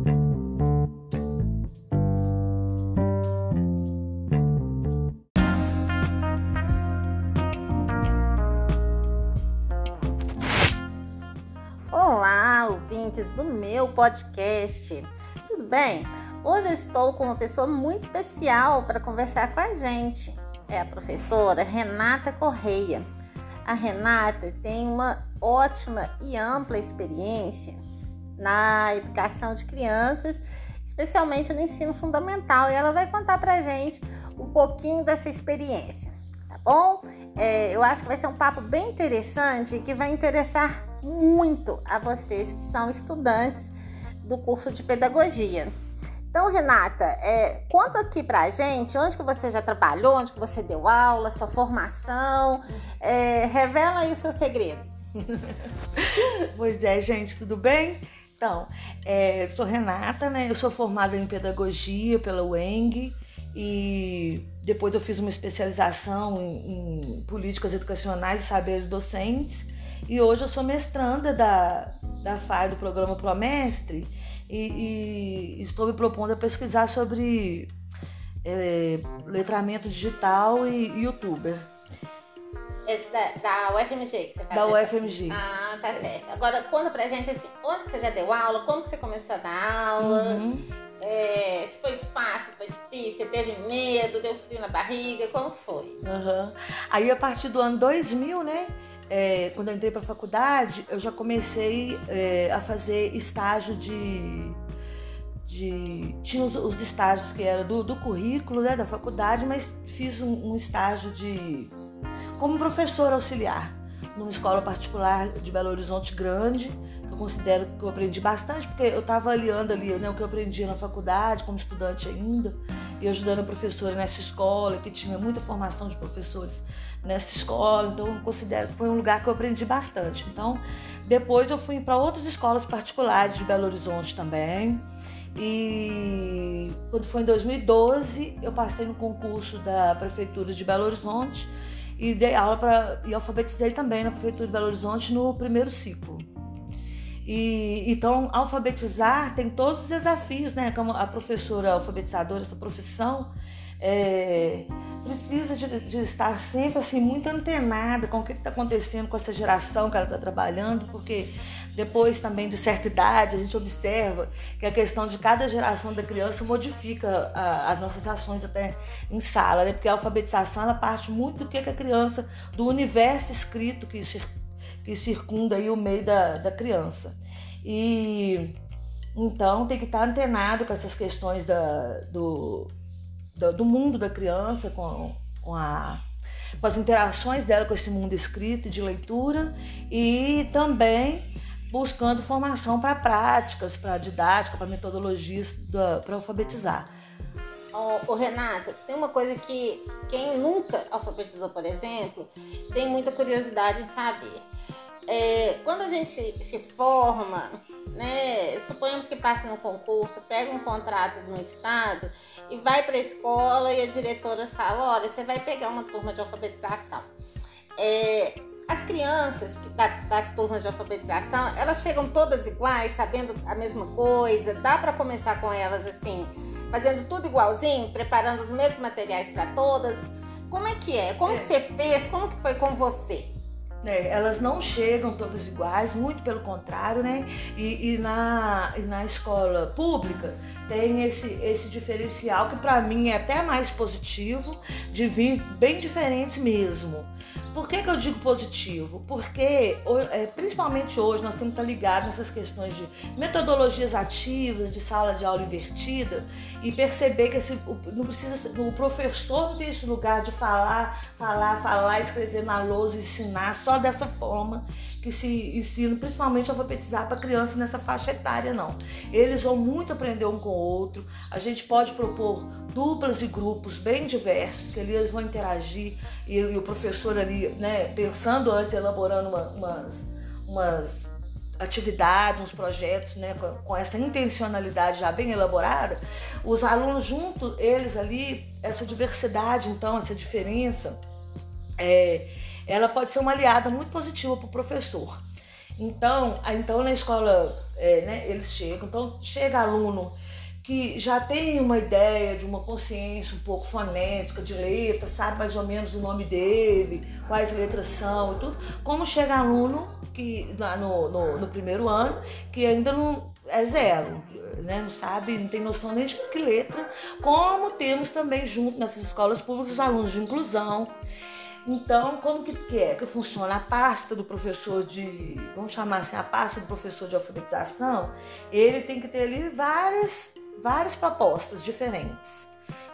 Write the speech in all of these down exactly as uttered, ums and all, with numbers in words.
Olá, ouvintes do meu podcast. Tudo bem? Hoje eu estou com uma pessoa muito especial para conversar com a gente. É a professora Renata Correia. A Renata tem uma ótima e ampla experiência na educação de crianças, especialmente no ensino fundamental, e ela vai contar para a gente um pouquinho dessa experiência, tá bom? É, eu acho que vai ser um papo bem interessante e que vai interessar muito a vocês que são estudantes do curso de pedagogia. Então, Renata, é, conta aqui pra gente onde que você já trabalhou, onde que você deu aula, sua formação, é, revela aí os seus segredos. Pois é, gente, tudo bem? Então, é, sou Renata, né? Eu sou formada em pedagogia pela U E N G e depois eu fiz uma especialização em, em políticas educacionais e saberes docentes. E hoje eu sou mestranda da, da F A I, do programa Promestre, e, e estou me propondo a pesquisar sobre é, letramento digital e youtuber. Esse da, da U F M G que você faz? Da U F M G. Ah, tá certo. Agora, conta pra gente assim, onde que você já deu aula, como que você começou a dar aula, Uhum. é, se foi fácil, foi difícil, você teve medo, deu frio na barriga, como que foi? Uhum. Aí, a partir do ano dois mil, né? É, quando eu entrei para a faculdade, eu já comecei é, a fazer estágio de... de tinha os, os estágios que eram do, do currículo, né, da faculdade, mas fiz um, um estágio de como professora auxiliar numa escola particular de Belo Horizonte Grande. Eu considero que eu aprendi bastante, porque eu estava aliando ali, né, o que eu aprendi na faculdade, como estudante ainda, e ajudando a professora nessa escola, que tinha muita formação de professores nessa escola, então eu considero que foi um lugar que eu aprendi bastante. Então, depois eu fui para outras escolas particulares de Belo Horizonte também, e quando foi em dois mil e doze, eu passei no concurso da Prefeitura de Belo Horizonte e dei aula para e alfabetizei também na Prefeitura de Belo Horizonte no primeiro ciclo. E, então, alfabetizar tem todos os desafios, né? Como a professora alfabetizadora, essa profissão, é, precisa de, de estar sempre assim, muito antenada com o que está acontecendo com essa geração que ela está trabalhando, porque depois também de certa idade a gente observa que a questão de cada geração da criança modifica a, as nossas ações até em sala, né? Porque a alfabetização ela parte muito do que a criança, do universo escrito que circula, que circunda aí o meio da, da criança. E então tem que estar antenado com essas questões da, do, do, do mundo da criança, com, com, a, com as interações dela com esse mundo escrito e de leitura, e também buscando formação para práticas, para didática, para metodologias para alfabetizar. Ô, ô, Renata, tem uma coisa que quem nunca alfabetizou, por exemplo, tem muita curiosidade em saber. É, quando a gente se forma, né, suponhamos que passe no concurso, pega um contrato de um estado e vai para a escola e a diretora fala, olha, você vai pegar uma turma de alfabetização. É, as crianças que, da, das turmas de alfabetização, elas chegam todas iguais, sabendo a mesma coisa, dá para começar com elas assim, fazendo tudo igualzinho, preparando os mesmos materiais para todas. Como é que é? Como é. que você fez? Como que foi com você? É, elas não chegam todas iguais, muito pelo contrário, né? E, e, na, e na escola pública tem esse, esse diferencial que para mim é até mais positivo, de vir bem diferentes mesmo. Por que que eu digo positivo? Porque, principalmente hoje, nós temos que estar ligados nessas questões de metodologias ativas, de sala de aula invertida, e perceber que esse, não precisa, o professor não tem esse lugar de falar, falar, falar, escrever na lousa, ensinar só dessa forma que se ensina, principalmente alfabetizar para criança nessa faixa etária, não. Eles vão muito aprender um com o outro, a gente pode propor duplas e grupos bem diversos, que ali eles vão interagir, e, e o professor ali, né, pensando antes, elaborando uma, umas, umas atividades, uns projetos, né, com, com essa intencionalidade já bem elaborada, os alunos junto, eles ali, essa diversidade, então, essa diferença, é, ela pode ser uma aliada muito positiva para o professor. Então, então na escola, é, né, eles chegam, então chega aluno que já tem uma ideia de uma consciência um pouco fonética, de letras, sabe mais ou menos o nome dele, quais letras são e tudo. Como chega aluno que lá no, no, no primeiro ano, que ainda não é zero, né? Não sabe, não tem noção nem de que letra, como temos também junto nessas escolas públicas os alunos de inclusão. Então, como que, que é que funciona a pasta do professor de, vamos chamar assim, a pasta do professor de alfabetização? Ele tem que ter ali várias, várias propostas diferentes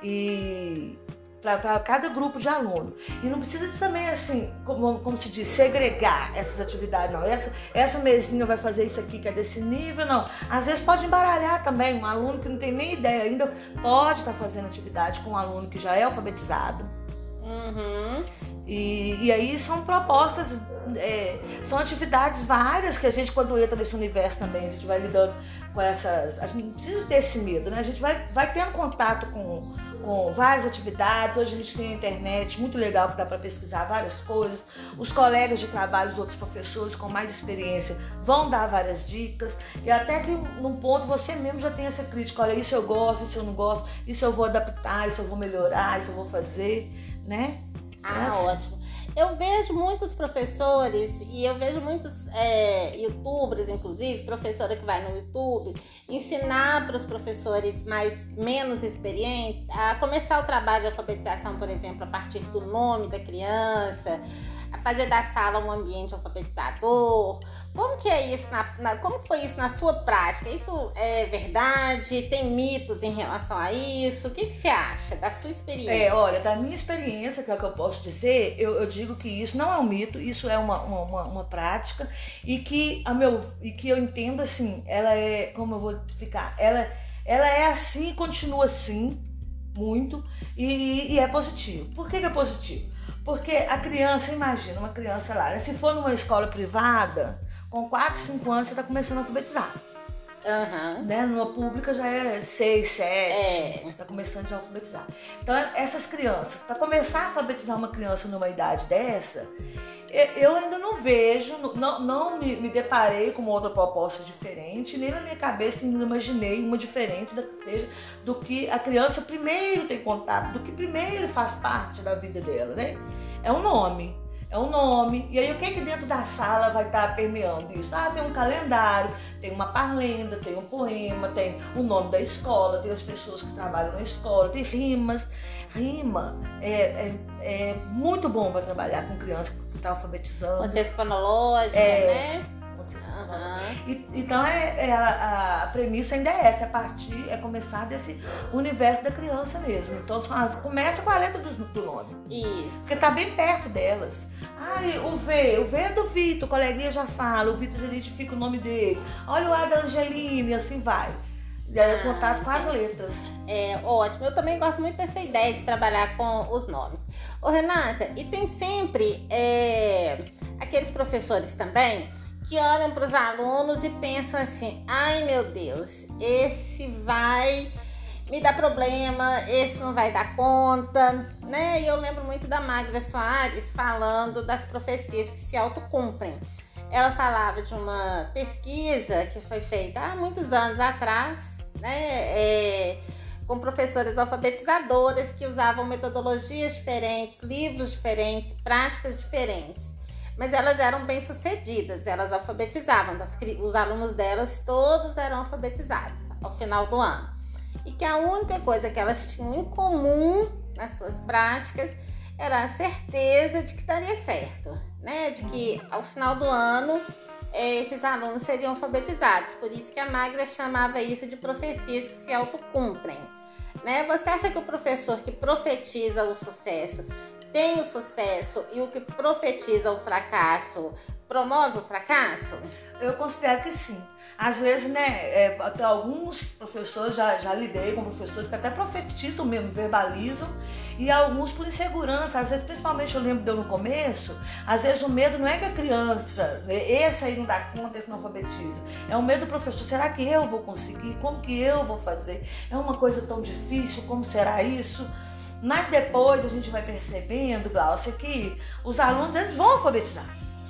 e para cada grupo de aluno. E não precisa também, assim, como, como se diz, segregar essas atividades, não. Essa, essa mesinha vai fazer isso aqui que é desse nível, não. Às vezes pode embaralhar também, um aluno que não tem nem ideia ainda pode estar fazendo atividade com um aluno que já é alfabetizado. Uhum. E, e aí são propostas, é, são atividades várias que a gente, quando entra nesse universo também, a gente vai lidando com essas... A gente não precisa ter esse medo, né? A gente vai, vai tendo contato com, com várias atividades. Hoje a gente tem a internet, muito legal, que dá para pesquisar várias coisas. Os colegas de trabalho, os outros professores com mais experiência vão dar várias dicas. E até que num ponto você mesmo já tem essa crítica. Olha, isso eu gosto, isso eu não gosto, isso eu vou adaptar, isso eu vou melhorar, isso eu vou fazer, né? Ah, Essa. Ótimo. Eu vejo muitos professores e eu vejo muitos é, youtubers, inclusive, professora que vai no YouTube, ensinar para os professores mais menos experientes a começar o trabalho de alfabetização, por exemplo, a partir do nome da criança, a fazer da sala um ambiente alfabetizador. Como que é isso? Na, na, como foi isso na sua prática? Isso é verdade? Tem mitos em relação a isso? O que, que você acha da sua experiência? É, olha, da minha experiência, que é o que eu posso dizer, eu, eu digo que isso não é um mito, isso é uma, uma, uma, uma prática e que, a meu, e que eu entendo assim, ela é, como eu vou te explicar, ela, ela é assim e continua assim, muito, e, e é positivo. Por que, que é positivo? Porque a criança, imagina, uma criança lá, se for numa escola privada, com quatro, cinco anos você está começando a alfabetizar. Uhum. Né? Numa pública já é seis, sete, é. você está começando já a alfabetizar. Então, essas crianças, para começar a alfabetizar uma criança numa idade dessa, eu ainda não vejo, não, não me, me deparei com uma outra proposta diferente, nem na minha cabeça me imaginei uma diferente da que seja do que a criança primeiro tem contato, do que primeiro faz parte da vida dela, né? É um nome. É um nome. E aí o que que dentro da sala vai estar permeando isso? Ah, tem um calendário, tem uma parlenda, tem um poema, tem o nome da escola, tem as pessoas que trabalham na escola, tem rimas. Rima é, é, é muito bom para trabalhar com criança que está alfabetizando. Consciência fonológica, é, né? Uhum. E, então é, é a, a premissa ainda é essa, é partir, é começar desse universo da criança mesmo. Então as, começa com a letra do, do nome. Isso. Porque tá bem perto delas. Ai, o V, o V é do Vitor, o coleguinha já fala, o Vitor já identifica o nome dele. Olha o A da Angelina e assim vai. E aí o contato com as letras. É ótimo. Eu também gosto muito dessa ideia de trabalhar com os nomes. Ô Renata, e tem sempre é, aqueles professores também que olham para os alunos e pensam assim, ai meu Deus, esse vai me dar problema, esse não vai dar conta, né? E eu lembro muito da Magda Soares falando das profecias que se autocumprem. Ela falava de uma pesquisa que foi feita há muitos anos atrás, né? É, com professoras alfabetizadoras que usavam metodologias diferentes, livros diferentes, práticas diferentes. Mas elas eram bem-sucedidas, elas alfabetizavam, os alunos delas todos eram alfabetizados ao final do ano. E que a única coisa que elas tinham em comum nas suas práticas era a certeza de que daria certo, né? De que ao final do ano esses alunos seriam alfabetizados. Por isso que a Magda chamava isso de profecias que se autocumprem, né? Você acha que o professor que profetiza o sucesso tem o sucesso e o que profetiza o fracasso promove o fracasso? Eu considero que sim. Às vezes, né, é, até alguns professores, já, já lidei com professores que até profetizam mesmo, verbalizam, e alguns por insegurança. Às vezes, principalmente eu lembro de eu no começo, às vezes o medo não é que a criança, esse aí não dá conta, esse não alfabetiza. É o medo do professor, será que eu vou conseguir? Como que eu vou fazer? É uma coisa tão difícil, como será isso? Mas depois a gente vai percebendo, Glaucia, que os alunos eles vão alfabetizar.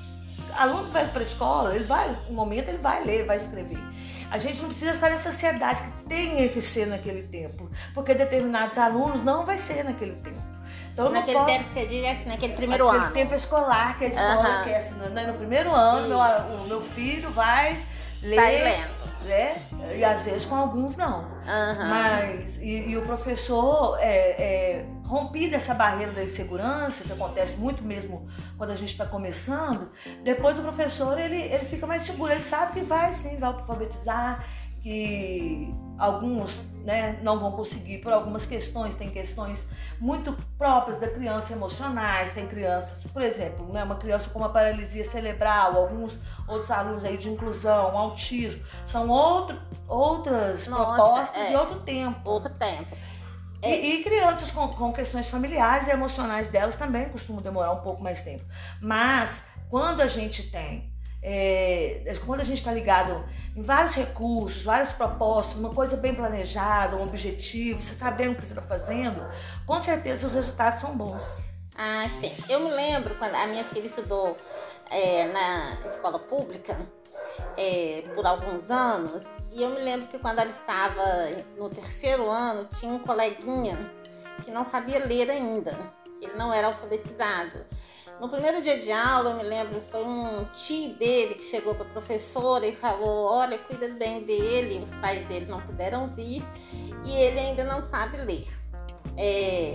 aluno que vai para a escola, ele vai, no momento ele vai ler, vai escrever. A gente não precisa ficar nessa ansiedade que tenha que ser naquele tempo, porque determinados alunos não vai ser naquele tempo. Então, naquele posso... tempo que você diz, assim, naquele primeiro naquele ano. tempo escolar, que a escola uhum. quer, assim, no primeiro ano, meu, o meu filho vai ler. Sai lendo. Né? E às vezes com alguns não. Uhum. Mas, e, e o professor é, é, rompido essa barreira da insegurança, que acontece muito mesmo quando a gente está começando, depois o professor ele, ele fica mais seguro, ele sabe que vai sim, vai alfabetizar, que alguns, né, não vão conseguir por algumas questões, tem questões muito próprias da criança emocionais, tem crianças, por exemplo, né, uma criança com uma paralisia cerebral, alguns outros alunos aí de inclusão, autismo, são outro, outras Nossa, propostas é, e outro tempo. Outro tempo. E, e crianças com, com questões familiares e emocionais delas também costumam demorar um pouco mais tempo. Mas quando a gente tem É, quando a gente está ligado em vários recursos, várias propostas, uma coisa bem planejada, um objetivo, você sabendo o que você está fazendo, com certeza os resultados são bons. Ah, sim. Eu me lembro quando a minha filha estudou é, na escola pública é, por alguns anos, e eu me lembro que quando ela estava no terceiro ano, tinha um coleguinha que não sabia ler ainda, ele não era alfabetizado. No primeiro dia de aula, eu me lembro, foi um tio dele que chegou para a professora e falou, olha, cuida bem dele, os pais dele não puderam vir e ele ainda não sabe ler. É,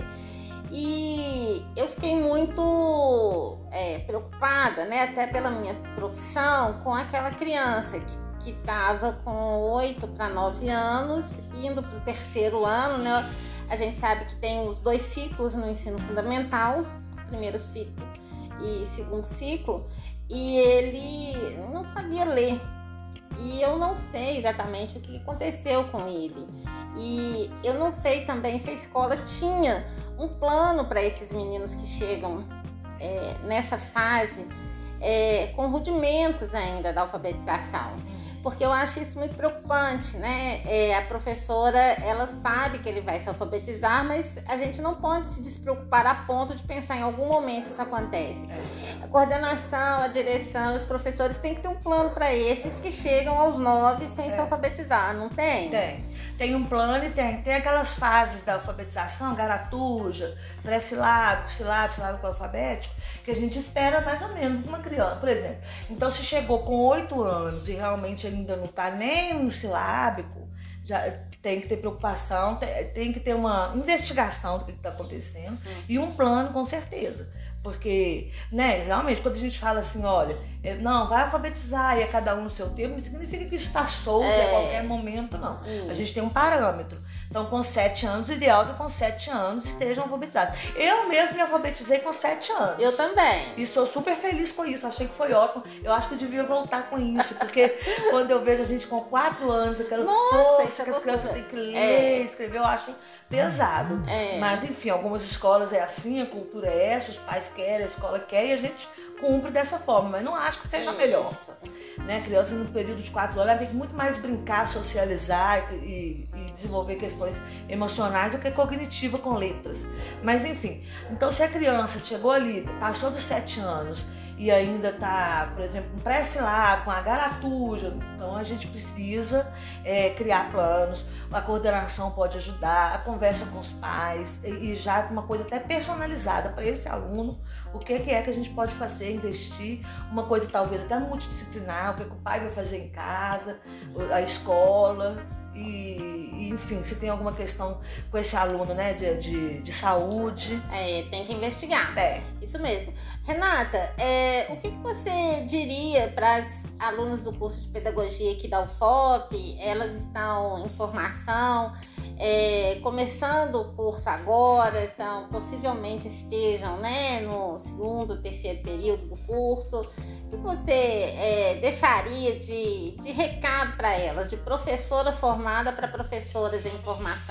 e eu fiquei muito é, preocupada, né, até pela minha profissão, com aquela criança que estava com oito para nove anos, indo para o terceiro ano, né? A gente sabe que tem os dois ciclos no ensino fundamental, primeiro ciclo e segundo ciclo, e ele não sabia ler. E eu não sei exatamente o que aconteceu com ele. E eu não sei também se a escola tinha um plano para esses meninos que chegam é, nessa fase é, com rudimentos ainda da alfabetização. Porque eu acho isso muito preocupante, né? É, a professora, ela sabe que ele vai se alfabetizar, mas a gente não pode se despreocupar a ponto de pensar em algum momento isso acontece. A coordenação, a direção, os professores têm que ter um plano para esses que chegam aos nove sem é. se alfabetizar, não tem? Tem. Tem um plano e tem. Tem aquelas fases da alfabetização, garatuja, pré-silábico, silábico, silábico alfabético, que a gente espera mais ou menos uma criança, por exemplo. Então, se chegou com oito anos e realmente ainda não está nem no silábico, já tem que ter preocupação, tem, tem que ter uma investigação do que está acontecendo hum. e um plano, com certeza. Porque, né, realmente, quando a gente fala assim, olha, não, vai alfabetizar e é cada um no seu tempo, não significa que isso está solto é. a qualquer momento, não. Hum. A gente tem um parâmetro. Então, com sete anos, o ideal é que com sete anos estejam alfabetizados. Eu mesmo me alfabetizei com sete anos. Eu também. E sou super feliz com isso, achei que foi ótimo. Eu acho que eu devia voltar com isso, porque quando eu vejo a gente com quatro anos, aquela força que as crianças têm que ler, é. escrever, eu acho pesado. É. Mas, enfim, algumas escolas é assim, a cultura é essa, os pais querem, a escola quer e a gente cumpre dessa forma, mas não acho que seja melhor. Né? A criança no período de quatro anos ela tem que muito mais brincar, socializar e, e desenvolver questões emocionais do que cognitiva com letras. Mas enfim, então se a criança chegou ali, passou dos sete anos e ainda está, por exemplo, com pré-silábico, com a garatuja, então a gente precisa é, criar planos, a coordenação pode ajudar, a conversa com os pais e, e já uma coisa até personalizada para esse aluno, o que, que é que a gente pode fazer, investir, uma coisa talvez até multidisciplinar, o que, que o pai vai fazer em casa, a escola. E, e, enfim, se tem alguma questão com esse aluno, né, de, de, de saúde. É, tem que investigar. É. Isso mesmo. Renata, é, o que, que você diria para as alunas do curso de pedagogia aqui da U F O P? Elas estão em formação, é, começando o curso agora, então possivelmente estejam, né, no segundo, terceiro período do curso. O que você é, deixaria de, de recado para elas, de professora formada para professoras em formação?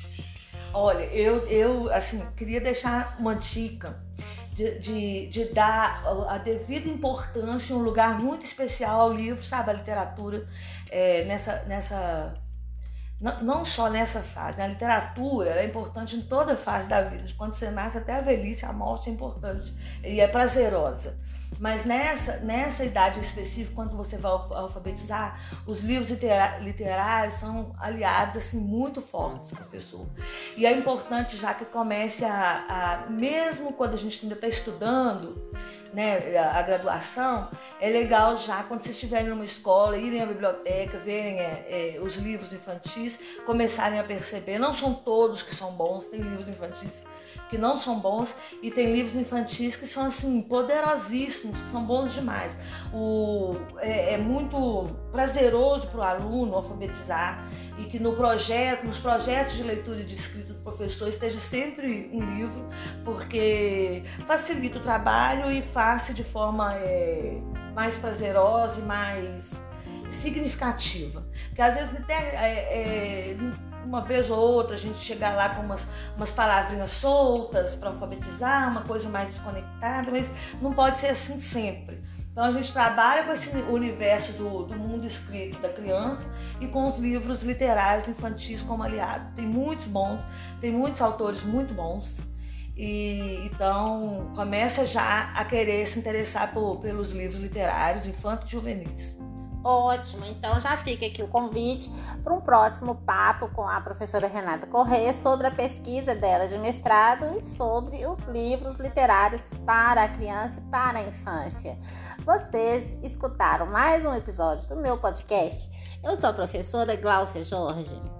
Olha, eu, eu assim, queria deixar uma dica de, de, de dar a devida importância, um lugar muito especial ao livro, sabe, a literatura, é, nessa, nessa, não, não só nessa fase, né? A literatura é importante em toda fase da vida, de quando você nasce até a velhice, a morte é importante e é prazerosa. Mas nessa, nessa idade específica, quando você vai alfabetizar, os livros literários são aliados assim, muito fortes do professor. E é importante já que comece a, a mesmo quando a gente ainda está estudando, né, a, a graduação, é legal já quando vocês estiverem numa escola, irem à biblioteca, verem é, é, os livros infantis, começarem a perceber, não são todos que são bons, tem livros infantis que não são bons e tem livros infantis que são assim poderosíssimos, que são bons demais. O, é, é muito prazeroso para o aluno alfabetizar e que no projeto, nos projetos de leitura e de escrita do professor esteja sempre um livro, porque facilita o trabalho e faz de forma é, mais prazerosa e mais significativa. Porque às vezes até é, é, uma vez ou outra a gente chegar lá com umas, umas palavrinhas soltas para alfabetizar, uma coisa mais desconectada, mas não pode ser assim sempre. Então a gente trabalha com esse universo do, do mundo escrito da criança e com os livros literários infantis como aliado. Tem muitos bons, tem muitos autores muito bons. E então começa já a querer se interessar por, pelos livros literários infantos e juvenis. Ótimo, então já fica aqui o convite para um próximo papo com a professora Renata Corrêa sobre a pesquisa dela de mestrado e sobre os livros literários para a criança e para a infância. Vocês escutaram mais um episódio do meu podcast. Eu sou a professora Gláucia Jorge.